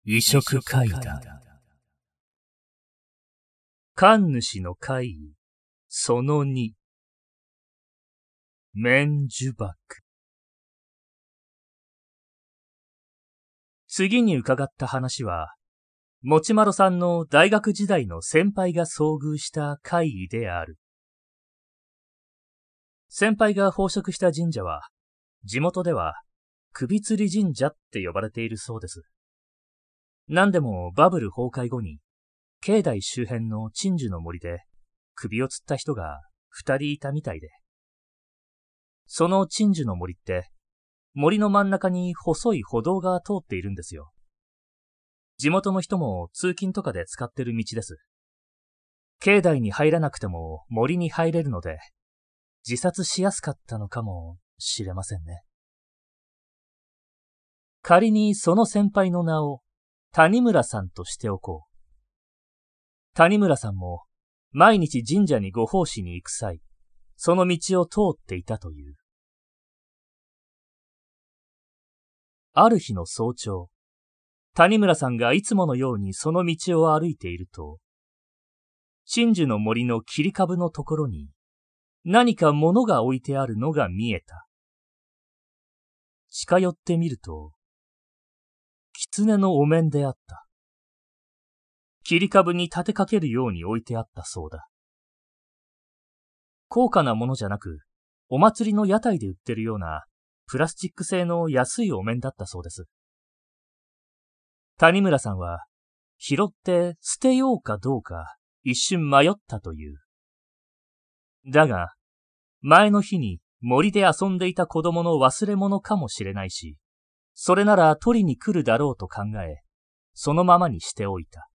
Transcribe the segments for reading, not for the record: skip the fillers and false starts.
移植怪談。 神主の怪異、その2。面呪縛。次に伺った話は、もちまろさんの大学時代の先輩が遭遇した怪異である。先輩が奉職した神社は、地元では首吊り神社って呼ばれているそうです。何でもバブル崩壊後に、境内周辺の鎮守の森で首を吊った人が2人いたみたいで。その鎮守の森って、森の真ん中に細い歩道が通っているんですよ。地元の人も通勤とかで使ってる道です。境内に入らなくても森に入れるので、自殺しやすかったのかもしれませんね。仮にその先輩の名を谷村さんとしておこう。谷村さんも毎日神社にご奉仕に行く際、その道を通っていたという。ある日の早朝、谷村さんがいつものようにその道を歩いていると、鎮守の森の切り株のところに何か物が置いてあるのが見えた。近寄ってみると、狐のお面であった。切り株に立てかけるように置いてあったそうだ。高価なものじゃなく、お祭りの屋台で売ってるようなプラスチック製の安いお面だったそうです。谷村さんは拾って捨てようかどうか一瞬迷ったという。だが、前の日に森で遊んでいた子供の忘れ物かもしれないし、それなら取りに来るだろうと考え、そのままにしておいた。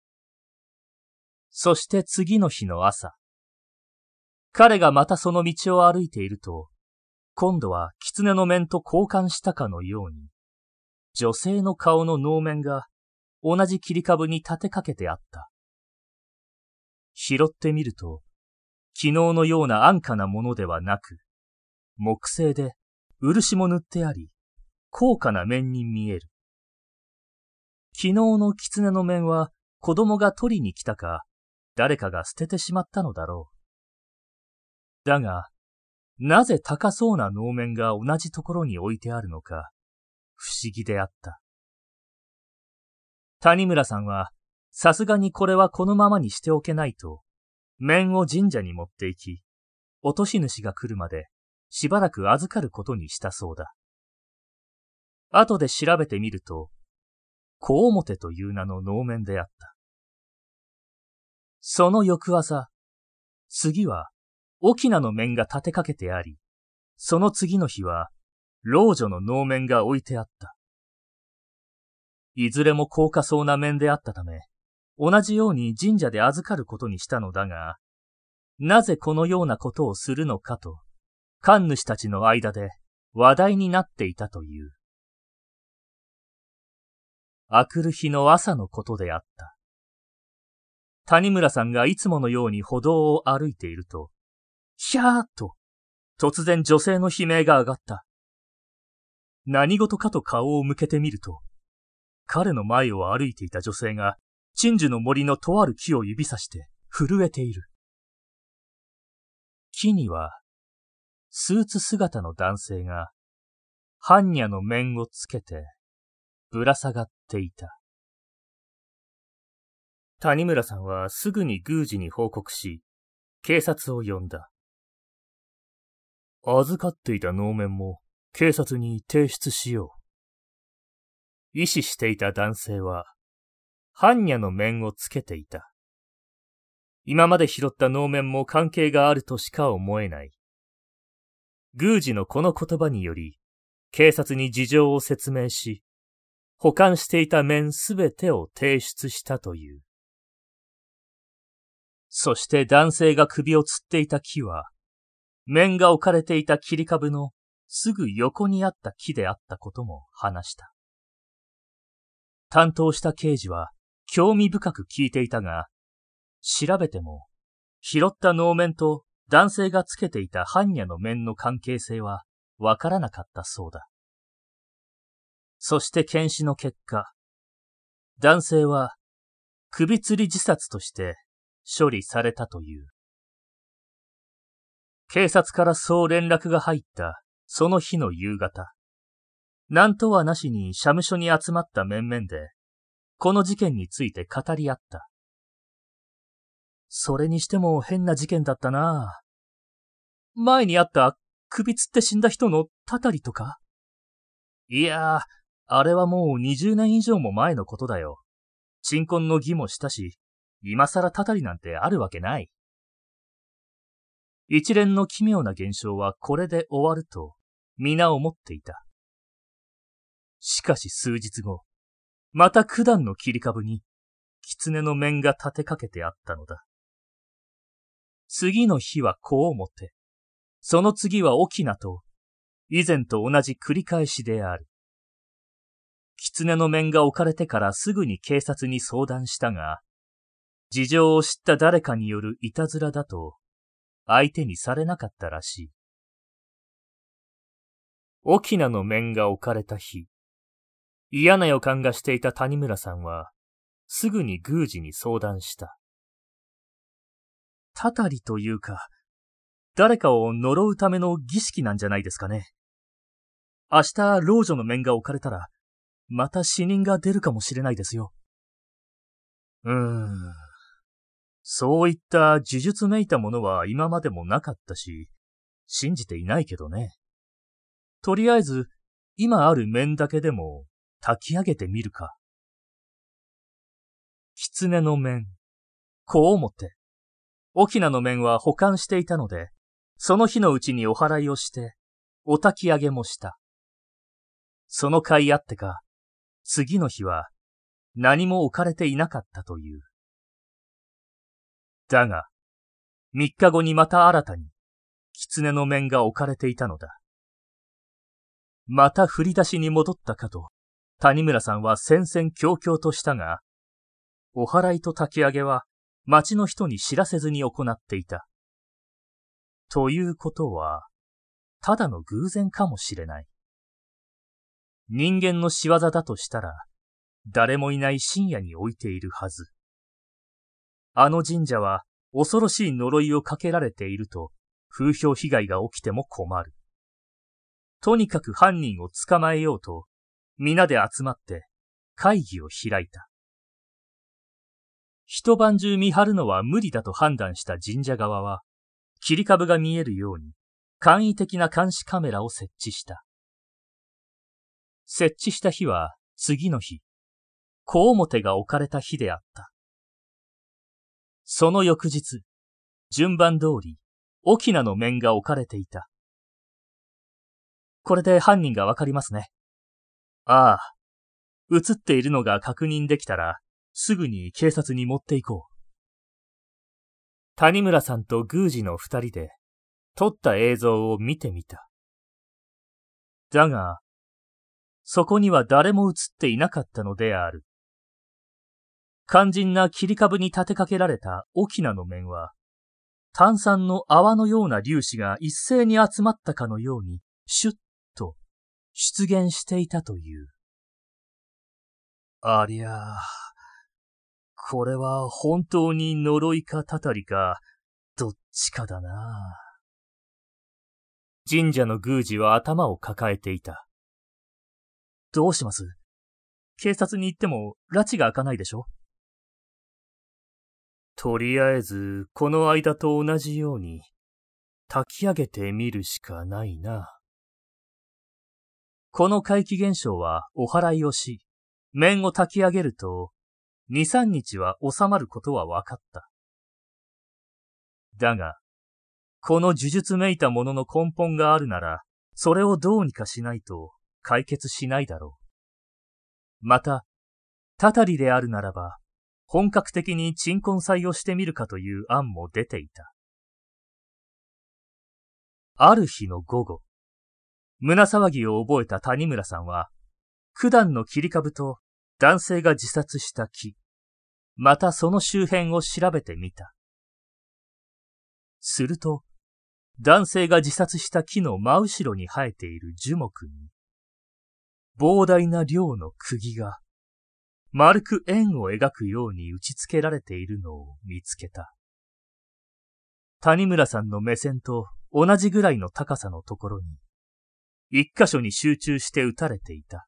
そして次の日の朝、彼がまたその道を歩いていると、今度は狐の面と交換したかのように、女性の顔の能面が同じ切り株に立てかけてあった。拾ってみると、昨日のような安価なものではなく、木製で漆も塗ってあり、高価な面に見える。昨日の狐の面は子供が取りに来たか、誰かが捨ててしまったのだろう。だが、なぜ高そうな能面が同じところに置いてあるのか、不思議であった。谷村さんは、さすがにこれはこのままにしておけないと、面を神社に持って行き、落とし主が来るまでしばらく預かることにしたそうだ。後で調べてみると、小表という名の能面であった。その翌朝、次は、翁の面が立てかけてあり、その次の日は、老女の能面が置いてあった。いずれも高価そうな面であったため、同じように神社で預かることにしたのだが、なぜこのようなことをするのかと、神主たちの間で話題になっていたという。あくる日の朝のことであった。谷村さんがいつものように歩道を歩いていると、ひゃーっと、突然女性の悲鳴が上がった。何事かと顔を向けてみると、彼の前を歩いていた女性が、鎮守の森のとある木を指さして震えている。木には、スーツ姿の男性が、般若の面をつけて、ぶら下がっていた。谷村さんはすぐに宮司に報告し、警察を呼んだ。預かっていた能面も警察に提出しよう。意思していた男性は、般若の面をつけていた。今まで拾った能面も関係があるとしか思えない。宮司のこの言葉により、警察に事情を説明し、保管していた面すべてを提出したという。そして男性が首を吊っていた木は、面が置かれていた切り株のすぐ横にあった木であったことも話した。担当した刑事は興味深く聞いていたが、調べても拾った能面と男性がつけていた般若の面の関係性はわからなかったそうだ。そして検視の結果、 男性は首吊り自殺として処理されたという。警察からそう連絡が入ったその日の夕方、なんとはなしに社務所に集まった面々で、この事件について語り合った。それにしても変な事件だったな。前にあった首吊って死んだ人のたたりとか？いやー、あれはもう20年以上も前のことだよ。鎮魂の儀もしたし、今更たたりなんてあるわけない。一連の奇妙な現象はこれで終わると皆思っていた。しかし数日後、また九段の切り株に狐の面が立てかけてあったのだ。次の日はこう思って、その次は翁と、以前と同じ繰り返しである。狐の面が置かれてからすぐに警察に相談したが、事情を知った誰かによるいたずらだと、相手にされなかったらしい。翁の面が置かれた日、嫌な予感がしていた谷村さんは、すぐに宮司に相談した。たたりというか、誰かを呪うための儀式なんじゃないですかね。明日老女の面が置かれたら、また死人が出るかもしれないですよ。そういった呪術めいたものは今までもなかったし、信じていないけどね。とりあえず、今ある面だけでも炊き上げてみるか。狐の面、こう思って、翁の面は保管していたので、その日のうちにお祓いをして、お炊き上げもした。その甲斐あってか、次の日は何も置かれていなかったという。だが、3日後にまた新たに、狐の面が置かれていたのだ。また振り出しに戻ったかと、谷村さんは戦々恐々としたが、お祓いと炊き上げは町の人に知らせずに行っていた。ということは、ただの偶然かもしれない。人間の仕業だとしたら、誰もいない深夜に置いているはず。あの神社は恐ろしい呪いをかけられていると、風評被害が起きても困る。とにかく犯人を捕まえようと、皆で集まって会議を開いた。一晩中見張るのは無理だと判断した神社側は、切り株が見えるように簡易的な監視カメラを設置した。設置した日は次の日、小面が置かれた日であった。その翌日、順番通り、翁の面が置かれていた。これで犯人がわかりますね。ああ、映っているのが確認できたら、すぐに警察に持っていこう。谷村さんと宮司の二人で、撮った映像を見てみた。だが、そこには誰も映っていなかったのである。肝心な切り株に立てかけられた翁の面は、炭酸の泡のような粒子が一斉に集まったかのように、シュッと出現していたという。ありゃあ、これは本当に呪いかたたりか、どっちかだな。神社の宮司は頭を抱えていた。どうします？警察に行っても拉致が開かないでしょ？とりあえず、この間と同じように、炊き上げてみるしかないな。この怪奇現象はお祓いをし、面を炊き上げると、2、3日は収まることは分かった。だが、この呪術めいたものの根本があるなら、それをどうにかしないと解決しないだろう。また、たたりであるならば、本格的に鎮魂祭をしてみるかという案も出ていた。ある日の午後、胸騒ぎを覚えた谷村さんは、九段の切り株と男性が自殺した木、またその周辺を調べてみた。すると、男性が自殺した木の真後ろに生えている樹木に、膨大な量の釘が丸く円を描くように打ち付けられているのを見つけた。谷村さんの目線と同じぐらいの高さのところに、一箇所に集中して打たれていた。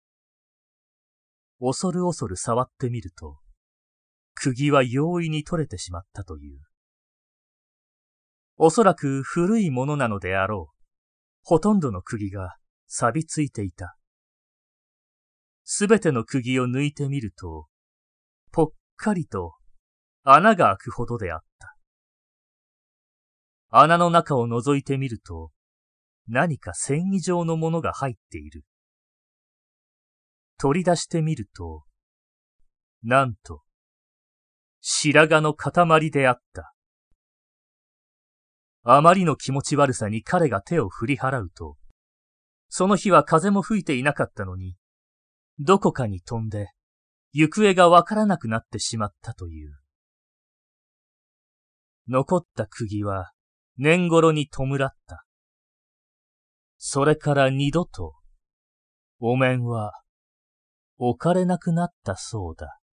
恐る恐る触ってみると、釘は容易に取れてしまったという。おそらく古いものなのであろう。ほとんどの釘が錆びついていた。すべての釘を抜いてみると、ぽっかりと穴が開くほどであった。穴の中を覗いてみると、何か繊維状のものが入っている。取り出してみると、なんと、白髪の塊であった。あまりの気持ち悪さに彼が手を振り払うと、その日は風も吹いていなかったのに、どこかに飛んで、行方がわからなくなってしまったという。残った釘は、年頃に弔った。それから二度と、お面は、置かれなくなったそうだ。